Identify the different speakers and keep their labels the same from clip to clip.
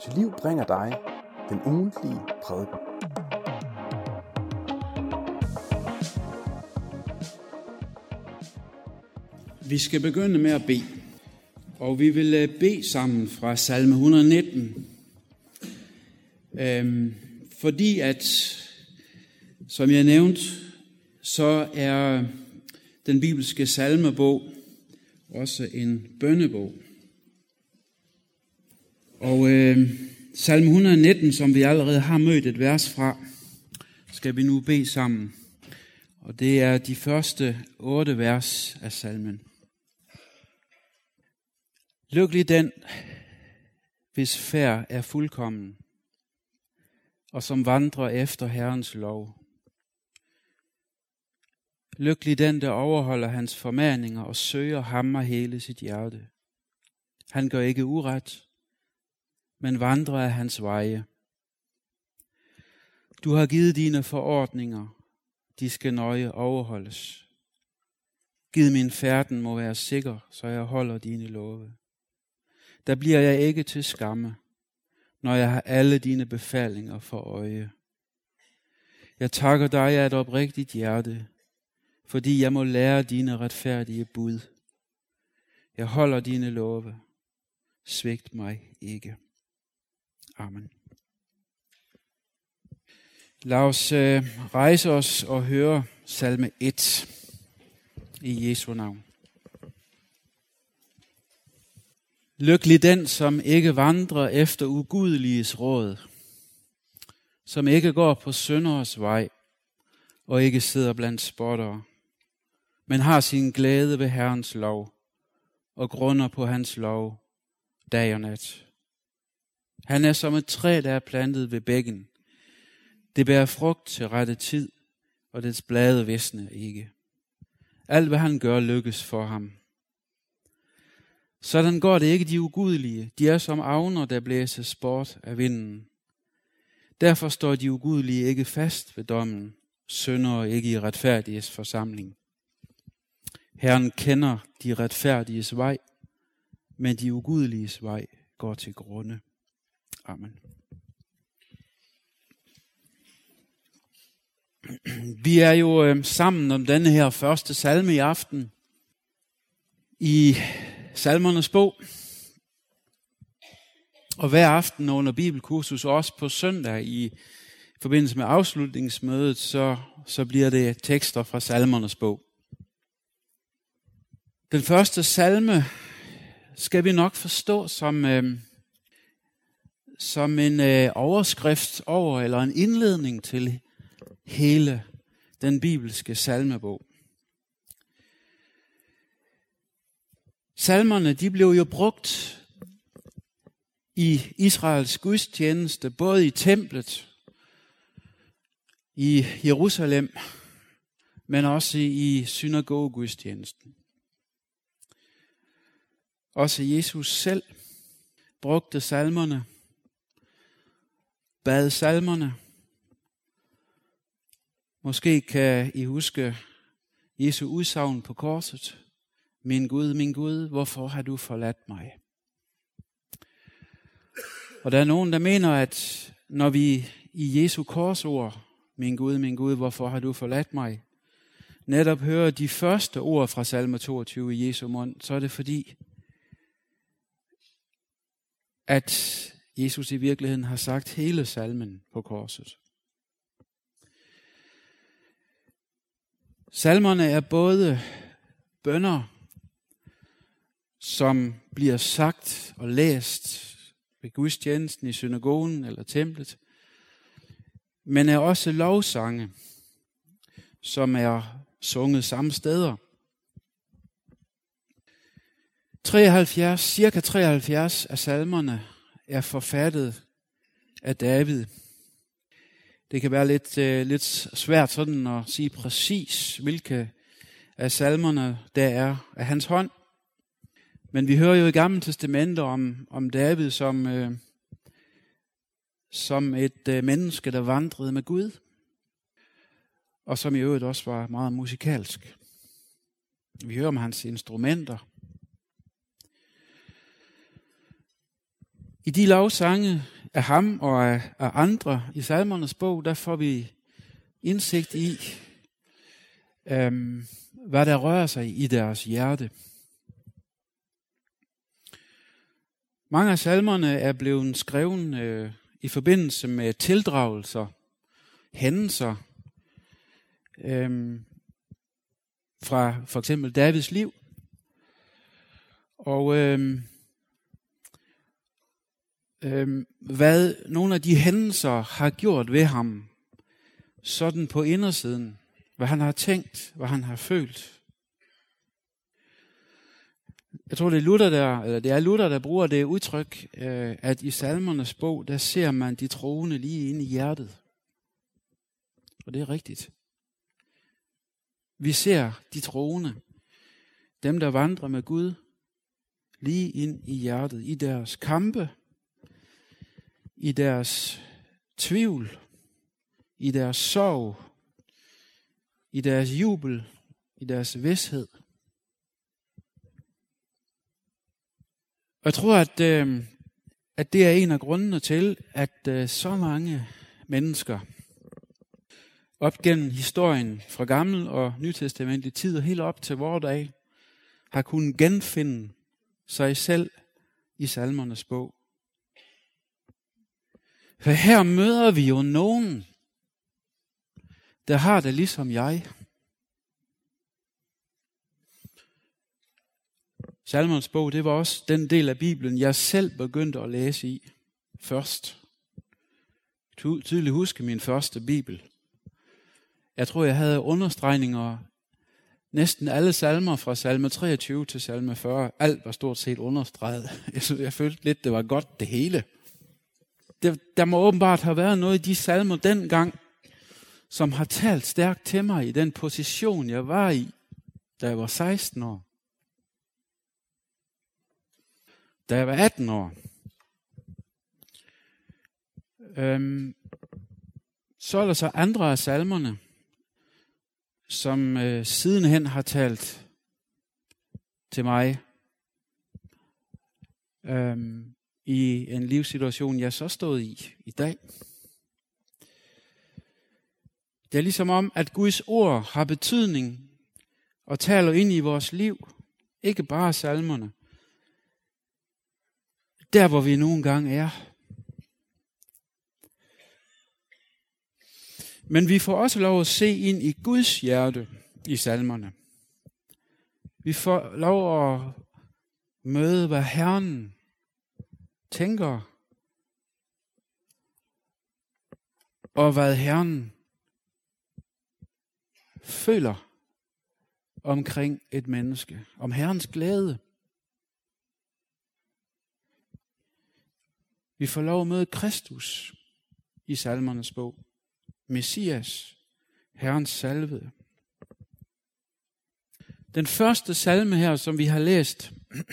Speaker 1: til Liv bringer dig den ugentlige prædiken.
Speaker 2: Vi skal begynde med at bede, og vi vil bede sammen fra salme 119, fordi at, som jeg nævnte, så er den bibelske salmebog også en bønnebog. Og salme 119, som vi allerede har mødt et vers fra, skal vi nu bede sammen. Og det er de første 8 vers af salmen. Lykkelig den, hvis færd er fuldkommen, og som vandrer efter Herrens lov. Lykkelig den, der overholder hans formaninger og søger ham af hele sit hjerte. Han gør ikke uret, men vandrer af hans veje. Du har givet dine forordninger, de skal nøje overholdes. Gid min færden må være sikker, så jeg holder dine love. Der bliver jeg ikke til skamme, når jeg har alle dine befalinger for øje. Jeg takker dig af et oprigtigt hjerte, fordi jeg må lære dine retfærdige bud. Jeg holder dine love. Svigt mig ikke. Amen. Lad os rejse os og høre salme 1 i Jesu navn. Lykkelig den, som ikke vandrer efter ugudeliges råd, som ikke går på synderes vej og ikke sidder blandt spottere, men har sin glæde ved Herrens lov og grunder på hans lov dag og nat. Han er som et træ, der er plantet ved bækken. Det bærer frugt til rette tid, og dets blade visner ikke. Alt hvad han gør, lykkes for ham. Sådan går det ikke de ugudelige. De er som avner, der blæses bort af vinden. Derfor står de ugudelige ikke fast ved dommen, syndere ikke i retfærdiges forsamling. Herren kender de retfærdiges vej, men de ugudeliges vej går til grunde. Amen. Vi er jo sammen om denne her første salme i aften i Salmernes bog. Og hver aften under bibelkursus, også på søndag i forbindelse med afslutningsmødet, så bliver det tekster fra Salmernes bog. Den første salme skal vi nok forstå som en overskrift over, eller en indledning til hele den bibelske salmebog. Salmerne, de blev jo brugt i Israels gudstjeneste, både i templet, i Jerusalem, men også i synagogegudstjenesten. Også Jesus selv brugte salmerne, bad salmerne. Måske kan I huske Jesu udsagn på korset. Min Gud, hvorfor har du forladt mig? Og der er nogen, der mener, at når vi i Jesu korsord, min Gud, hvorfor har du forladt mig, netop hører de første ord fra salme 22 i Jesu mund, så er det fordi, at Jesus i virkeligheden har sagt hele salmen på korset. Salmerne er både bønner, som bliver sagt og læst ved gudstjenesten i synagogen eller templet, men er også lovsange, som er sunget samme steder. Cirka 73 af salmerne er forfattet af David. Det kan være lidt svært sådan at sige præcis, hvilke af salmerne der er af hans hånd. Men vi hører jo i Gamle Testamente om David som et menneske, der vandrede med Gud, og som i øvrigt også var meget musikalsk. Vi hører om hans instrumenter. I de lovsange af ham og af andre i Salmernes bog, der får vi indsigt i, hvad der rører sig i deres hjerte. Mange af salmerne er blevet skrevet i forbindelse med tildragelser, hændelser fra for eksempel Davids liv. Og hvad nogle af de hændelser har gjort ved ham, sådan på indersiden, hvad han har tænkt, hvad han har følt. Jeg tror, det er Luther, der bruger det udtryk, at i Salmernes bog, der ser man de troende lige inde i hjertet. Og det er rigtigt. Vi ser de troende, dem der vandrer med Gud, lige ind i hjertet, i deres kampe, i deres tvivl, i deres sorg, i deres jubel, i deres vished. Og jeg tror, at det er en af grundene til, at så mange mennesker op gennem historien fra Gammel og Nytestamentlig tid og helt op til vores dag, har kunnet genfinde sig selv i Salmernes bog. For her møder vi jo nogen, der har det ligesom jeg. Salmernes bog, det var også den del af Bibelen, jeg selv begyndte at læse i først. Tydeligt huske min første Bibel. Jeg tror, jeg havde understregninger næsten alle salmer fra salme 23 til salme 40. Alt var stort set understreget. Jeg følte lidt, det var godt det hele. Der må åbenbart have været noget i de salmer dengang, som har talt stærkt til mig i den position, jeg var i, da jeg var 16 år. Da jeg var 18 år. Så er der så andre af salmerne, som sidenhen har talt til mig i en livssituation, jeg så stod i dag. Det er ligesom om, at Guds ord har betydning og taler ind i vores liv. Ikke bare salmerne. Der, hvor vi nogle gange er. Men vi får også lov at se ind i Guds hjerte i salmerne. Vi får lov at møde, hvad Herren tænker, og hvad Herren føler omkring et menneske, om Herrens glæde. Vi får lov at møde Kristus i Salmernes bog. Messias, Herrens salvede. Den første salme her, som vi har læst,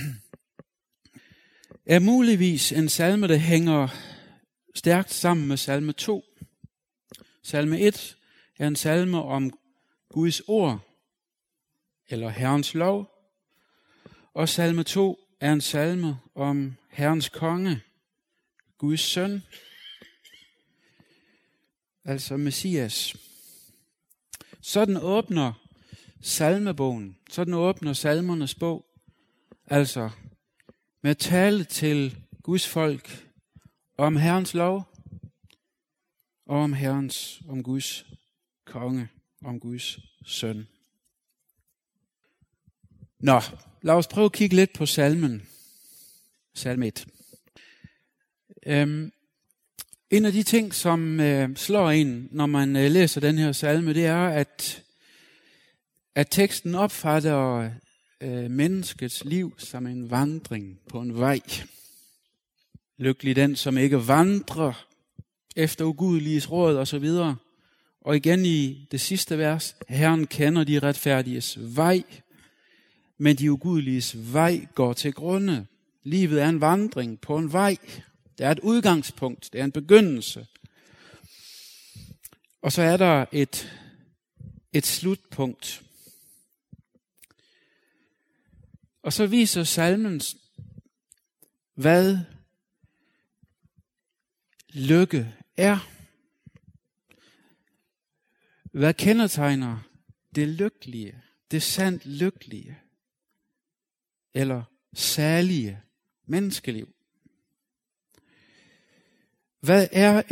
Speaker 2: er muligvis en salme, der hænger stærkt sammen med salme 2. Salme 1 er en salme om Guds ord, eller Herrens lov. Og salme 2 er en salme om Herrens konge, Guds søn, altså Messias. Sådan åbner salmebogen, sådan åbner salmernes bog, altså med at tale til Guds folk om Herrens lov, og om Guds konge, om Guds søn. Nå, lad os prøve at kigge lidt på salmen. Salme 1. En af de ting, som slår en, når man læser den her salme, det er, at teksten opfatter menneskets liv som en vandring på en vej. Lykkelig den, som ikke vandrer efter ugudeliges råd osv. Og igen i det sidste vers, Herren kender de retfærdiges vej, men de ugudeliges vej går til grunde. Livet er en vandring på en vej. Det er et udgangspunkt, det er en begyndelse. Og så er der et slutpunkt. Og så viser salmen, hvad lykke er. Hvad kendetegner det lykkelige, det sandt lykkelige, eller særlige menneskeliv? Hvad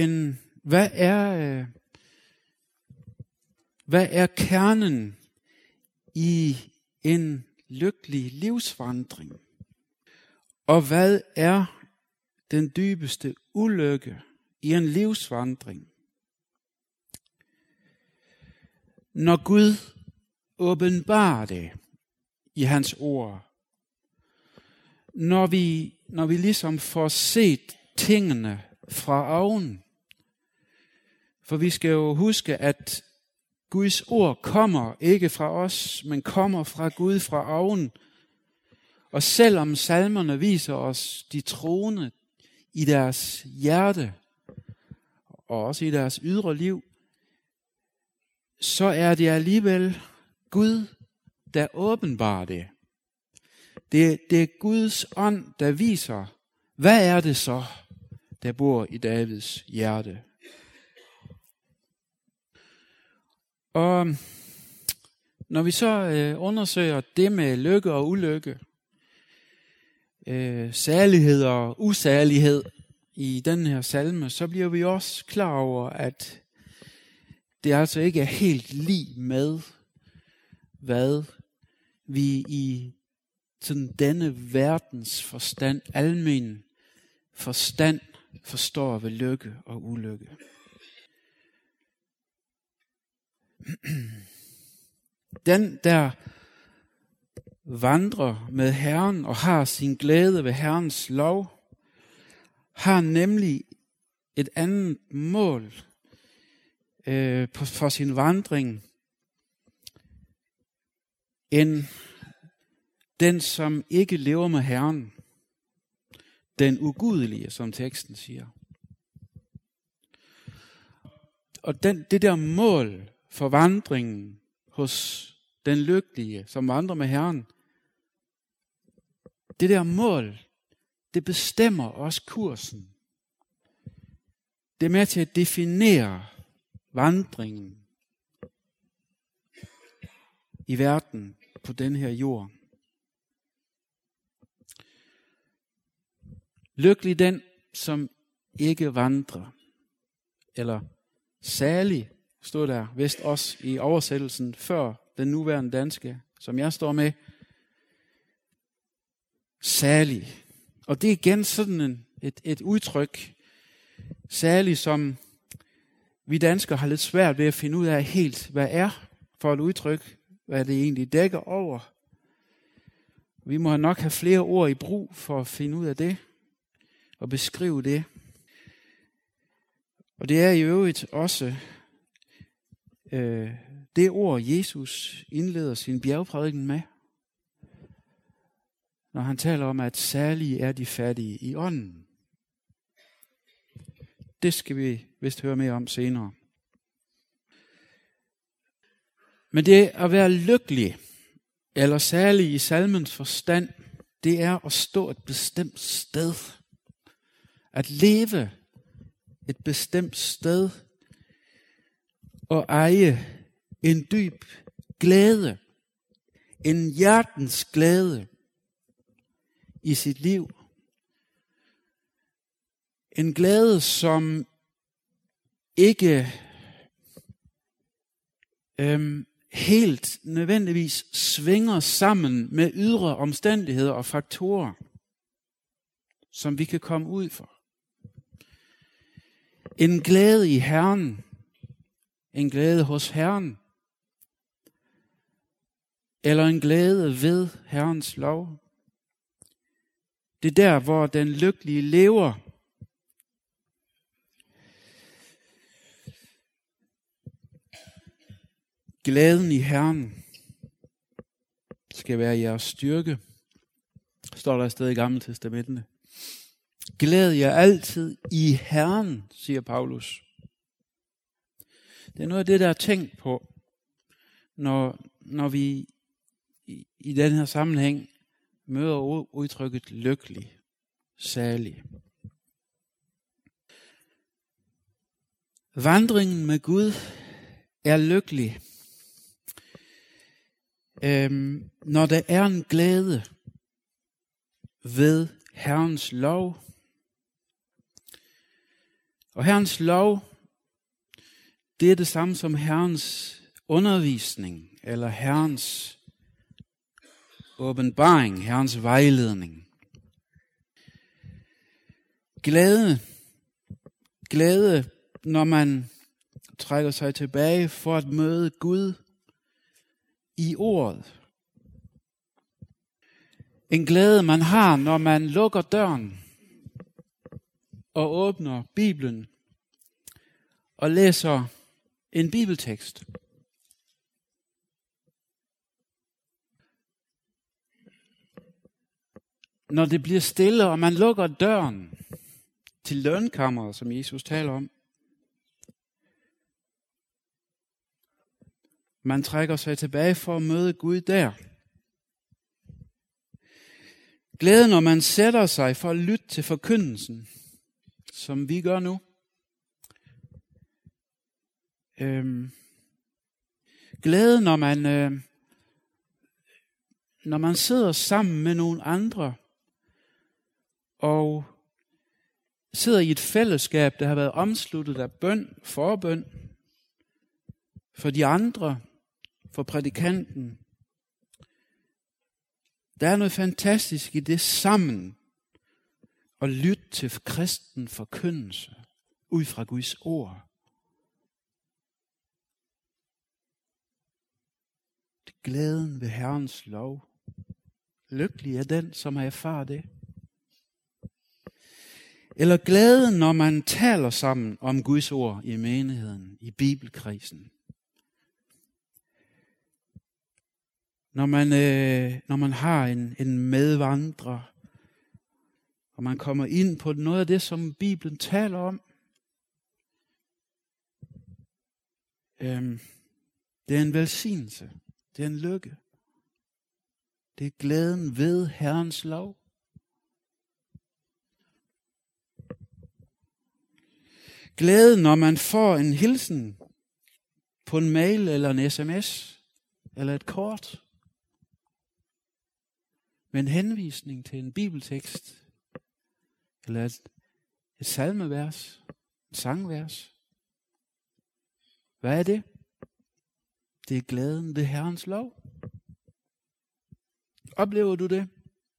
Speaker 2: er kernen i en lykkelig livsvandring? Og hvad er den dybeste ulykke i en livsvandring? Når Gud åbenbarer det i hans ord, når vi ligesom får set tingene fra oven. For vi skal jo huske, at Guds ord kommer ikke fra os, men kommer fra Gud fra oven. Og selvom salmerne viser os de troende i deres hjerte, og også i deres ydre liv, så er det alligevel Gud, der åbenbarer det. Det er Guds ånd, der viser, hvad er det så, der bor i Davids hjerte. Og når vi så undersøger det med lykke og ulykke, særlighed og usærlighed i den her salme, så bliver vi også klar over, at det altså ikke er helt lig med, hvad vi i sådan denne verdens forstand, almen forstand, forstår ved lykke og ulykke. Den, der vandrer med Herren og har sin glæde ved Herrens lov, har nemlig et andet mål for sin vandring, end den, som ikke lever med Herren. Den ugudelige, som teksten siger. Og det der mål for vandringen hos den lykkelige, som vandrer med Herren, det der mål, det bestemmer også kursen. Det er med til at definere vandringen i verden på den her jord. Lykkelig den, som ikke vandrer, eller salig, stod der vist også i oversættelsen før den nuværende danske, som jeg står med. Salig. Og det er igen sådan et udtryk, salig, som vi danskere har lidt svært ved at finde ud af helt, hvad er for et udtryk, hvad det egentlig dækker over. Vi må nok have flere ord i brug for at finde ud af det og beskrive det. Og det er i øvrigt også det ord, Jesus indleder sin bjergprædiken med, når han taler om, at særlige er de fattige i ånden. Det skal vi vist høre mere om senere. Men det at være lykkelig, eller særlig i salmens forstand, det er at stå et bestemt sted. At leve et bestemt sted og eje en dyb glæde, en hjertens glæde i sit liv. En glæde, som ikke helt nødvendigvis svinger sammen med ydre omstændigheder og faktorer, som vi kan komme ud for. En glæde i Herren, en glæde hos Herren, eller en glæde ved Herrens lov. Det er der, hvor den lykkelige lever. Glæden i Herren skal være jeres styrke, står der et sted i Gamle Testamentet. Glæd jer altid i Herren, siger Paulus. Det er noget af det, der er tænkt på, når vi i den her sammenhæng møder udtrykket lykkelig, salig. Vandringen med Gud er lykkelig, når der er en glæde ved Herrens lov. Og Herrens lov, det er det samme som Herrens undervisning, eller Herrens åbenbaring, Herrens vejledning. Glæde, når man trækker sig tilbage for at møde Gud i ordet. En glæde, man har, når man lukker døren og åbner Bibelen og læser en bibeltekst. Når det bliver stille, og man lukker døren til lønkammeret, som Jesus taler om. Man trækker sig tilbage for at møde Gud der. Glæde, når man sætter sig for at lytte til forkyndelsen, som vi gør nu. Glæde, når man sidder sammen med nogle andre, og sidder i et fællesskab, der har været omsluttet af bøn, forbøn, for de andre, for prædikanten. Der er noget fantastisk i det sammen, at lytte til kristen forkyndelse, ud fra Guds ord. Det er glæden ved Herrens lov. Lykkelig er den, som har erfaret det. Eller glæden, når man taler sammen om Guds ord i menigheden, i bibelkredsen. Når man har en medvandrer, og man kommer ind på noget af det, som Bibelen taler om. Det er en velsignelse. Det er en lykke. Det er glæden ved Herrens lov. Glæden, når man får en hilsen på en mail eller en sms eller et kort med en henvisning til en bibeltekst eller et salmevers, et sangvers. Hvad er det? Det er glæden ved Herrens lov. Oplever du det?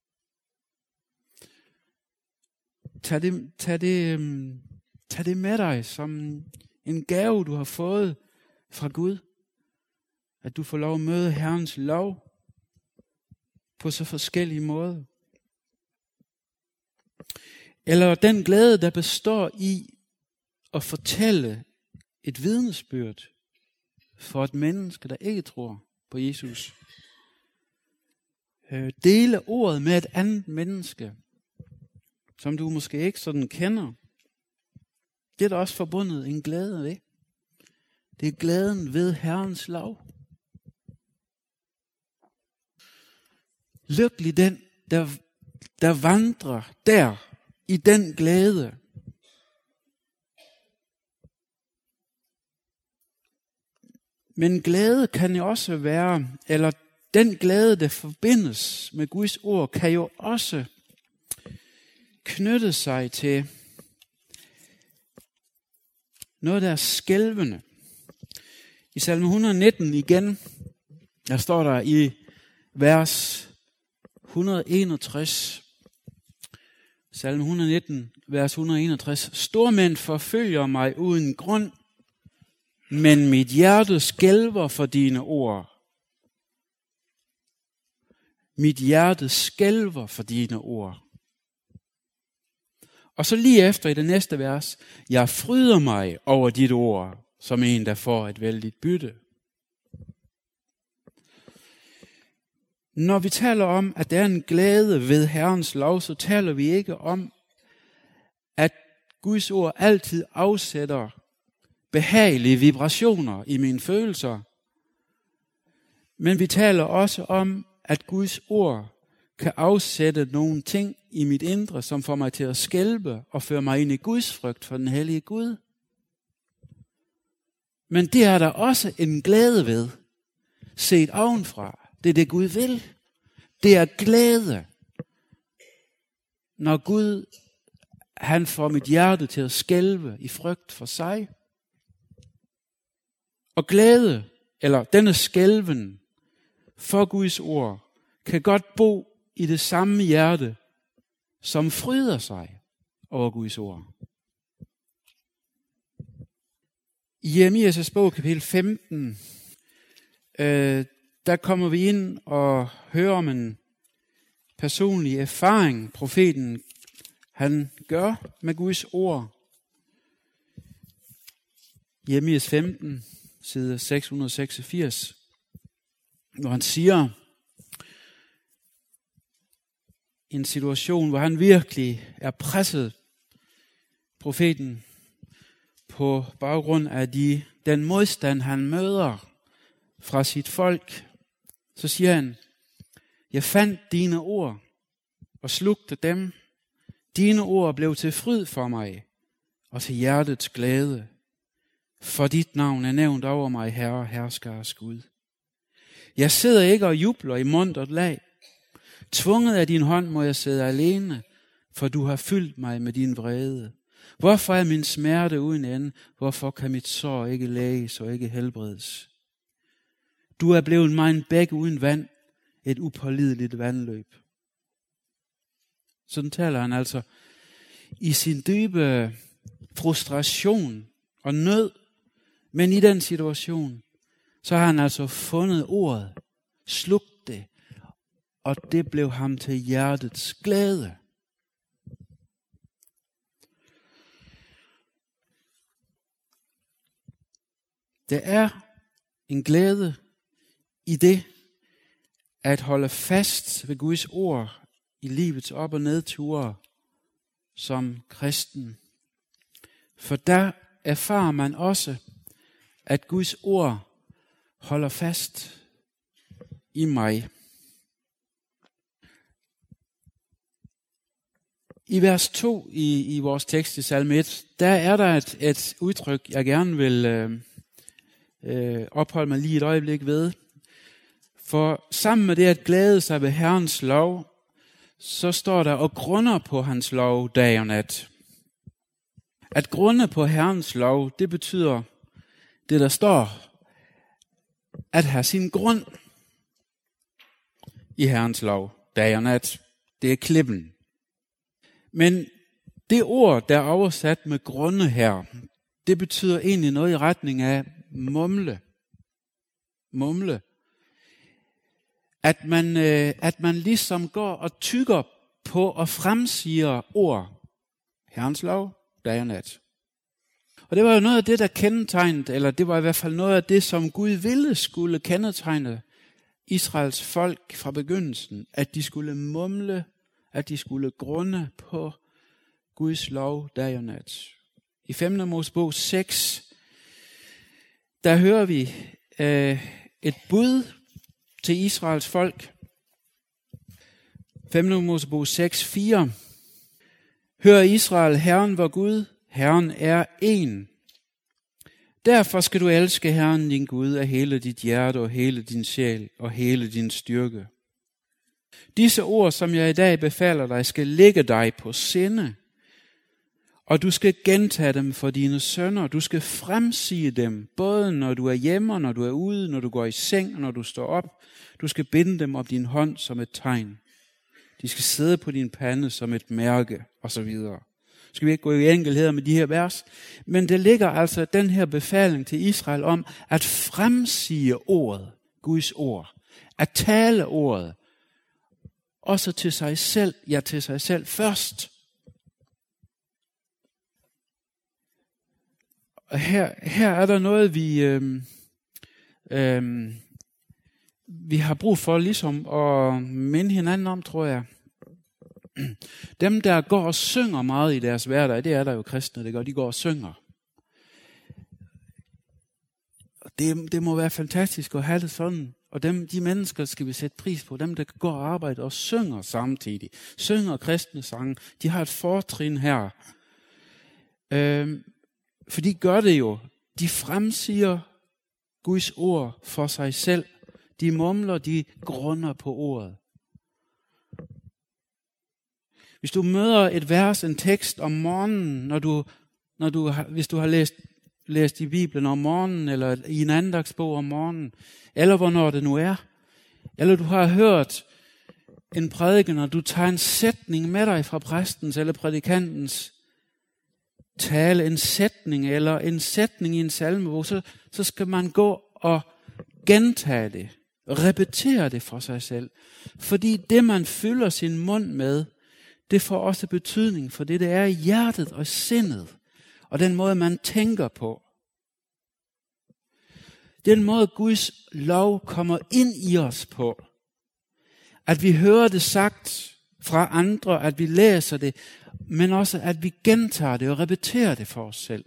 Speaker 2: Tag det med dig som en gave, du har fået fra Gud. At du får lov at møde Herrens lov på så forskellige måder. Eller den glæde, der består i at fortælle et vidnesbyrd for et menneske, der ikke tror på Jesus. Dele ordet med et andet menneske, som du måske ikke sådan kender. Det er der også forbundet en glæde ved. Det er glæden ved Herrens lov. Lykkelig den, der vandrer der i den glæde. Men glæde kan jo også være, eller den glæde, der forbindes med Guds ord, kan jo også knytte sig til noget, der er skælvende. I salme 119 igen, der står der i vers 161, salme 119, vers 161, stormænd forfølger mig uden grund, men mit hjerte skælver for dine ord. Mit hjerte skælver for dine ord. Og så lige efter i det næste vers, jeg fryder mig over dit ord, som en, der får et vældigt bytte. Når vi taler om, at der er en glæde ved Herrens lov, så taler vi ikke om, at Guds ord altid afsætter behagelige vibrationer i mine følelser. Men vi taler også om, at Guds ord kan afsætte nogle ting i mit indre, som får mig til at skælve og føre mig ind i Guds frygt for den hellige Gud. Men det er der også en glæde ved, set ovenfra. Det er det Gud vil. Det er glæde, når Gud, han får mit hjerte til at skælve i frygt for sig. Og glæde, eller denne skælven for Guds ord, kan godt bo i det samme hjerte, som fryder sig over Guds ord. I Jeremias' bog, kapitel 15, der kommer vi ind og hører om en personlig erfaring, profeten han gør med Guds ord. Jeremias 15, side 686, hvor han siger, i en situation, hvor han virkelig er presset, profeten, på baggrund af den modstand, han møder fra sit folk, så siger han, jeg fandt dine ord og slugte dem. Dine ord blev til fryd for mig og til hjertets glæde. For dit navn er nævnt over mig, Herre, herskers Gud. Jeg sidder ikke og jubler i muntert lag. Tvunget af din hånd må jeg sidde alene, for du har fyldt mig med din vrede. Hvorfor er min smerte uden ende? Hvorfor kan mit sår ikke læges og ikke helbredes? Du er blevet mig en bæk uden vand, et upålideligt vandløb. Sådan taler han altså i sin dybe frustration og nød. Men i den situation, så har han altså fundet ordet, slugt det, og det blev ham til hjertets glæde. Det er en glæde i det, at holde fast ved Guds ord i livets op- og nedture som kristen. For der erfarer man også, at Guds ord holder fast i mig. I vers 2 i vores tekst i salme 1, der er der et udtryk, jeg gerne vil opholde mig lige et øjeblik ved. For sammen med det at glæde sig ved Herrens lov, så står der og grunder på hans lov dag og nat. At grunde på Herrens lov, det betyder det der står, at have sin grund i Herrens lov dag og nat. Det er klippen. Men det ord, der er oversat med grunde her, det betyder egentlig noget i retning af mumle. Mumle. At man ligesom går og tygger på og fremsiger ord. Herrens lov, dag og nat. Og det var jo noget af det, der kendetegnede, eller det var i hvert fald noget af det, som Gud ville skulle kendetegne Israels folk fra begyndelsen. At de skulle mumle, at de skulle grunde på Guds lov dag og nat. I 5. Mosebog 6, der hører vi et bud til Israels folk. 5. Mosebog 6, 4. Hør Israel, Herren vor Gud, Herren er én. Derfor skal du elske Herren din Gud af hele dit hjerte og hele din sjæl og hele din styrke. Disse ord, som jeg i dag befaler dig, skal ligge dig på sinde, og du skal gentage dem for dine sønner. Du skal fremsige dem, både når du er hjemme, når du er ude, når du går i seng, og når du står op. Du skal binde dem op din hånd som et tegn. De skal sidde på din pande som et mærke, osv. Skal vi ikke gå i enkelheder med de her vers? Men der ligger altså den her befaling til Israel om at fremsige ordet, Guds ord. At tale ordet, også til sig selv, ja til sig selv først. Og her er der noget, vi har brug for ligesom at minde hinanden om, tror jeg. Dem, der går og synger meget i deres hverdag, det er der jo kristne, det gør, de går og synger. Det må være fantastisk at have det sådan. Og de mennesker skal vi sætte pris på, dem der går og arbejder og synger samtidig. Synger kristne sange, de har et fortrin her. For de gør det jo De fremsiger Guds ord for sig selv. De mumler, de grunder på ordet. Hvis du møder et vers, en tekst om morgenen, hvis du har læst i Bibelen om morgenen, eller i en andagsbog om morgenen, eller hvornår det nu er, eller du har hørt en prædiken, og du tager en sætning med dig fra præstens eller prædikantens tale, en sætning eller en sætning i en salmebog, så skal man gå og gentage det, repetere det for sig selv. Fordi det, man fylder sin mund med, det får også betydning for det er i hjertet og sindet, og den måde, man tænker på. Den måde, Guds lov kommer ind i os på. At vi hører det sagt fra andre, at vi læser det, men også at vi gentager det og repeterer det for os selv.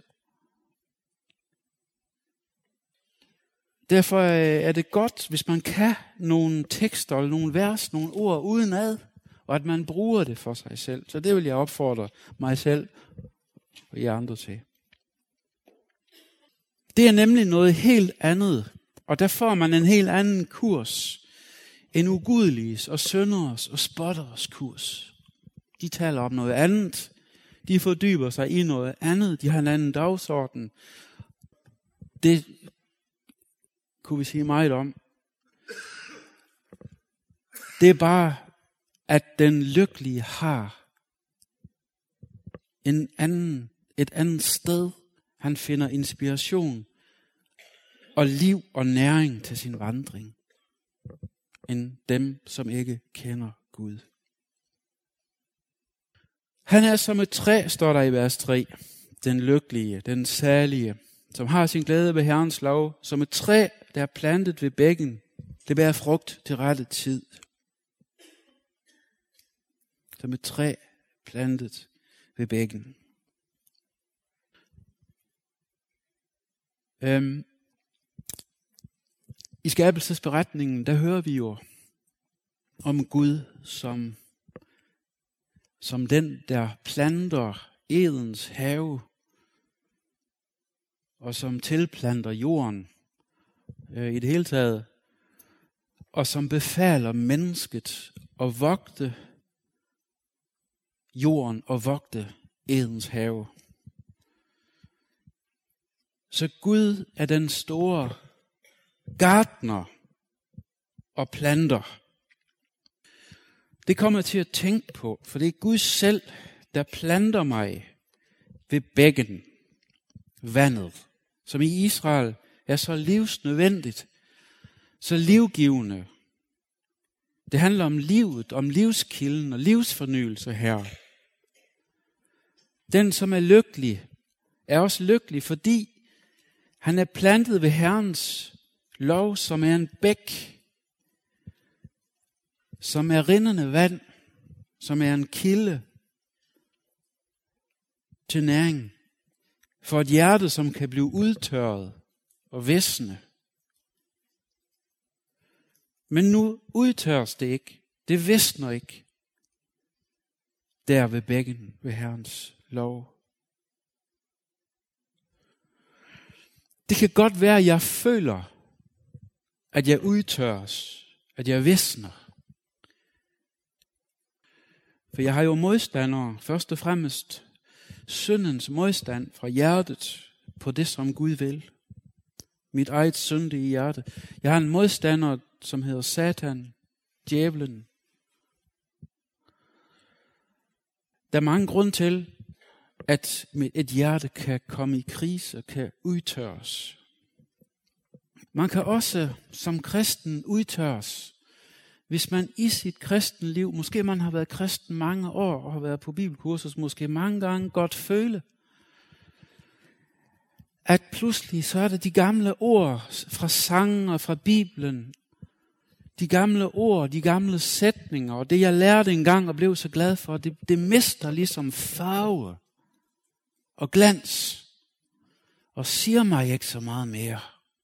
Speaker 2: Derfor er det godt, hvis man kan nogle tekster, eller nogle vers, nogle ord udenad, og at man bruger det for sig selv. Så det vil jeg opfordre mig selv og jer andre til. Det er nemlig noget helt andet, og der får man en helt anden kurs end ugudeliges og synderes og spotteres kurs. De taler om noget andet. De fordyber sig i noget andet. De har en anden dagsorden. Det kunne vi sige meget om. Det er bare, at den lykkelige har et andet sted. Han finder inspiration og liv og næring til sin vandring, end dem, som ikke kender Gud. Han er som et træ, står der i vers 3. Den lykkelige, den salige, som har sin glæde ved Herrens lov, som et træ, der er plantet ved bækken. Det bærer frugt til rette tid. Som et træ plantet ved bækken. I skabelsesberetningen, der hører vi jo om Gud som den, der planter Edens have, og som tilplanter jorden i det hele taget, og som befaler mennesket at vogte jorden og vogte Edens have. Så Gud er den store gartner og planter. Det kommer jeg til at tænke på, for det er Gud selv, der planter mig ved bækken, vandet, som i Israel er så livsnødvendigt, så livgivende. Det handler om livet, om livskilden og livsfornyelse her. Den, som er lykkelig, er også lykkelig, fordi han er plantet ved Herrens lov, som er en bæk, som er rindende vand, som er en kilde til næring, for et hjerte, som kan blive udtørret og visne. Men nu udtørres det ikke, det visner ikke, der ved bækken, ved Herrens lov. Det kan godt være, at jeg føler, at jeg udtørres, at jeg visner. For jeg har jo modstandere, først og fremmest syndens modstand fra hjertet på det, som Gud vil. Mit eget syndige hjerte. Jeg har en modstander, som hedder Satan, djævlen. Der er mange grunde til, at et hjerte kan komme i krise, kan udtørres. Man kan også som kristen udtørres, hvis man i sit kristenliv, måske man har været kristen mange år og har været på bibelkursus, måske mange gange godt føle, at pludselig så er det de gamle ord fra sangen og fra Bibelen, de gamle ord, de gamle sætninger, og det jeg lærte engang og blev så glad for, det mister ligesom farve og glans, og siger mig ikke så meget mere.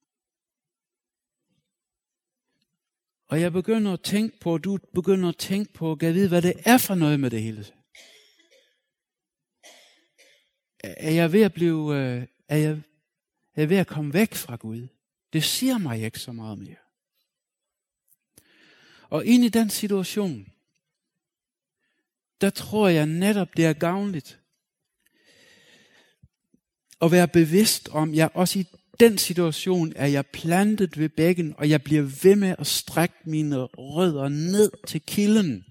Speaker 2: Og jeg begynder at tænke på, du begynder at tænke på, kan jeg vide, hvad det er for noget med det hele? Er jeg ved at blive, er ved at komme væk fra Gud. Det siger mig ikke så meget mere. Og ind i den situation, der tror jeg netop, det er gavnligt at være bevidst om, jeg også i den situation er jeg plantet ved bækken, og jeg bliver ved med at strække mine rødder ned til kilden.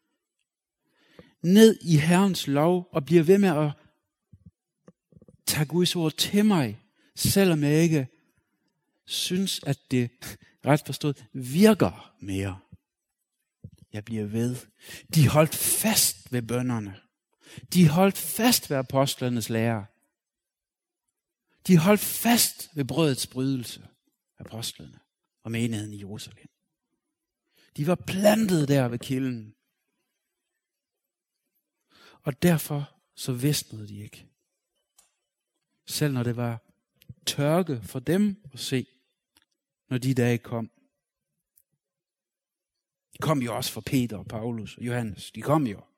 Speaker 2: Ned i Herrens lov, og bliver ved med at tage Guds ord til mig, selvom jeg ikke synes, at det ret forstået virker mere. Jeg bliver ved. De holdt fast ved bønnerne. De holdt fast ved apostlenes lære. De holdt fast ved brødets brydelse, apostlene og menigheden i Jerusalem. De var plantet der ved kilden. Og derfor så visnede de ikke. Selv når det var tørke for dem at se, når de dage kom. De kom jo også for Peter og Paulus og Johannes. De kom jo.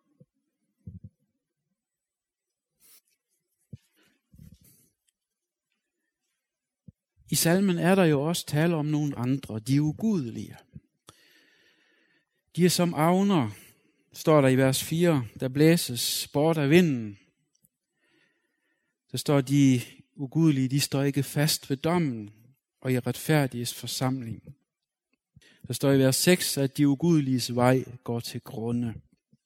Speaker 2: I salmen er der jo også tale om nogle andre, de ugudelige. De er som avner, står der i vers 4, der blæses bort af vinden. Der står, de ugudelige, de står ikke fast ved dommen og i retfærdiges forsamling. Der står i vers 6, at de ugudeliges vej går til grunde.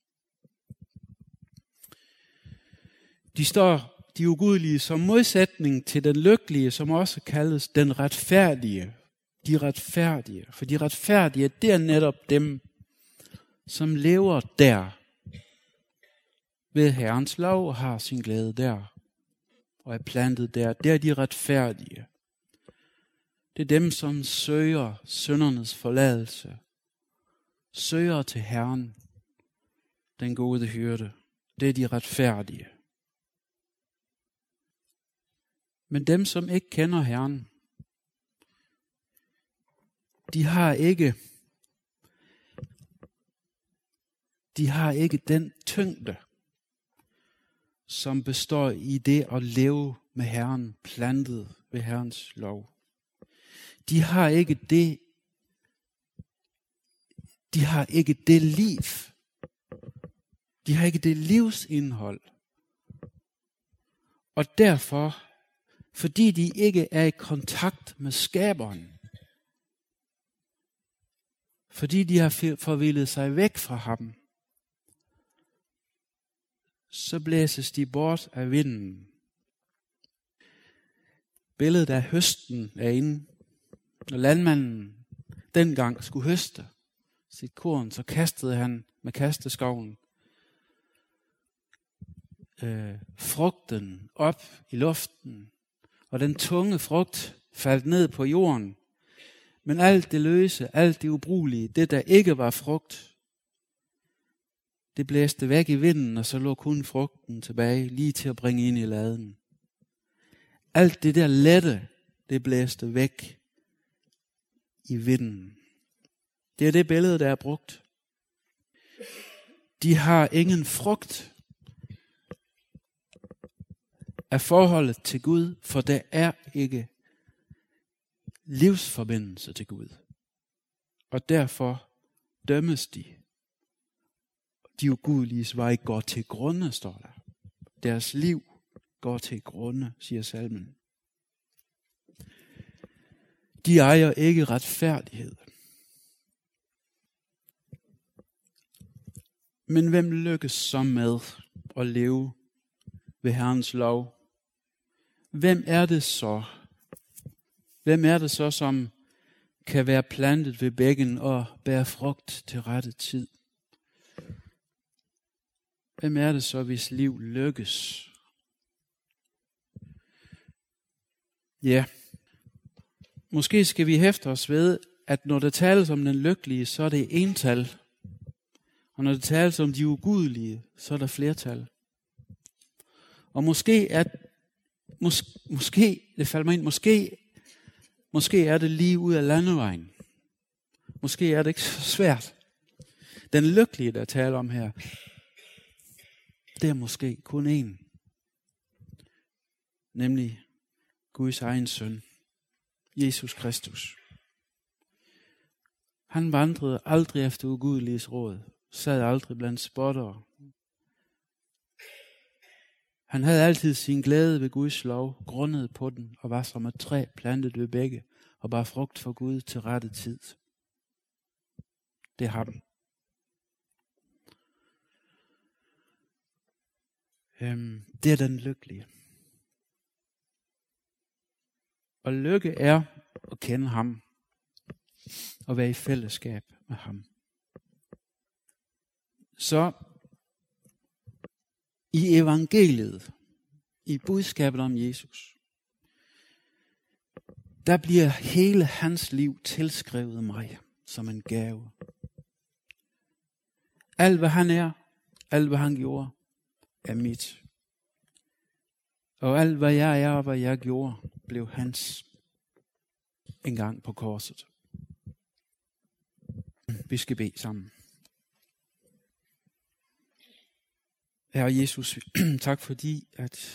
Speaker 2: De står, de ugudelige, som modsætning til den lykkelige, som også kaldes den retfærdige. De retfærdige. For de retfærdige, det er netop dem, som lever der ved Herrens lov og har sin glæde der og er plantet der. Det er de retfærdige. Det er dem, som søger syndernes forladelse. Søger til Herren, den gode hyrde. Det er de retfærdige. Men dem, som ikke kender Herren, de har ikke den tyngde, som består i det at leve med Herren, plantet ved Herrens lov. De har ikke det liv. De har ikke det livsindhold. Og derfor, fordi de ikke er i kontakt med skaberen, fordi de har forvildet sig væk fra ham, så blæses de bort af vinden. Billedet af høsten er inde. Når landmanden dengang skulle høste sit korn, så kastede han med kasteskoven frugten op i luften, og den tunge frugt faldt ned på jorden. Men alt det løse, alt det ubrugelige, det der ikke var frugt, det blæste væk i vinden, og så lå kun frugten tilbage, lige til at bringe ind i laden. Alt det der lette, det blæste væk i vinden. Det er det billede, der er brugt. De har ingen frugt af forholdet til Gud, for der er ikke livsforbindelse til Gud. Og derfor dømmes de. De ugudeliges vej går til grunde, står der. Deres liv går til grunde, siger salmen. De ejer ikke retfærdighed. Men hvem lykkes så med at leve ved Herrens lov? Hvem er det så? Hvem er det så, som kan være plantet ved bækken og bære frugt til rette tid? Hvem er det så, hvis liv lykkes? Ja, måske skal vi hæfte os ved, at når der tales om den lykkelige, så er det ental. Og når der tales om de ugudelige, så er der flertal. Og måske det falder mig ind, måske er det lige ud af landevejen. Måske er det ikke så svært. Den lykkelige, der taler om her, det er måske kun én. Nemlig Guds egen søn, Jesus Kristus. Han vandrede aldrig efter ugudeliges råd, sad aldrig blandt spottere. Han havde altid sin glæde ved Guds lov, grundet på den, og var som et træ plantet ved begge, og bar frugt for Gud til rette tid. Det er ham. Det er den lykkelige. Og lykke er at kende ham, og være i fællesskab med ham. Så i evangeliet, i budskabet om Jesus, der bliver hele hans liv tilskrevet mig som en gave. Alt hvad han er, alt hvad han gjorde, er mit. Og alt hvad jeg er og hvad jeg gjorde, blev hans en gang på korset. Vi skal bede sammen. Herre Jesus, tak fordi,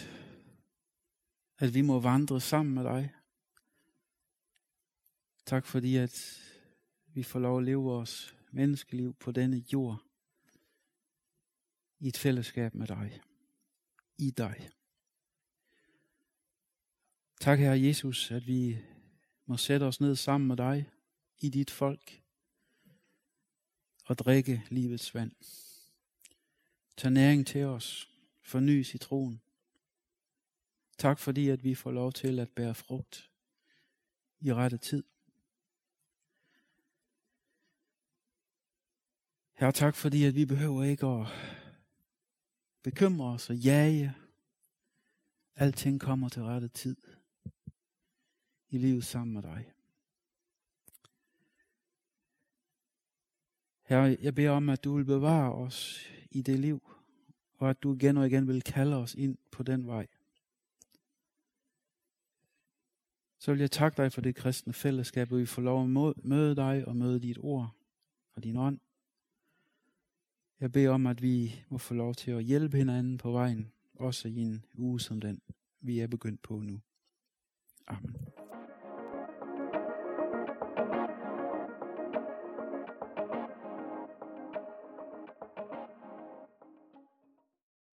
Speaker 2: at vi må vandre sammen med dig. Tak fordi, at vi får lov at leve vores menneskeliv på denne jord i et fællesskab med dig. I dig. Tak, Herre Jesus, at vi må sætte os ned sammen med dig i dit folk og drikke livets vand. Tag næring til os. Fornys i troen. Tak fordi, at vi får lov til at bære frugt i rette tid. Herre, tak fordi, at vi behøver ikke at bekymre os og jage. Alting kommer til rette tid i livet sammen med dig. Herre, jeg beder om, at du vil bevare os i det liv, og at du igen og igen vil kalde os ind på den vej. Så vil jeg takke dig for det kristne fællesskab, hvor vi får lov at møde dig og møde dit ord og din ånd. Jeg beder om, at vi må få lov til at hjælpe hinanden på vejen, også i en uge som den, vi er begyndt på nu. Amen.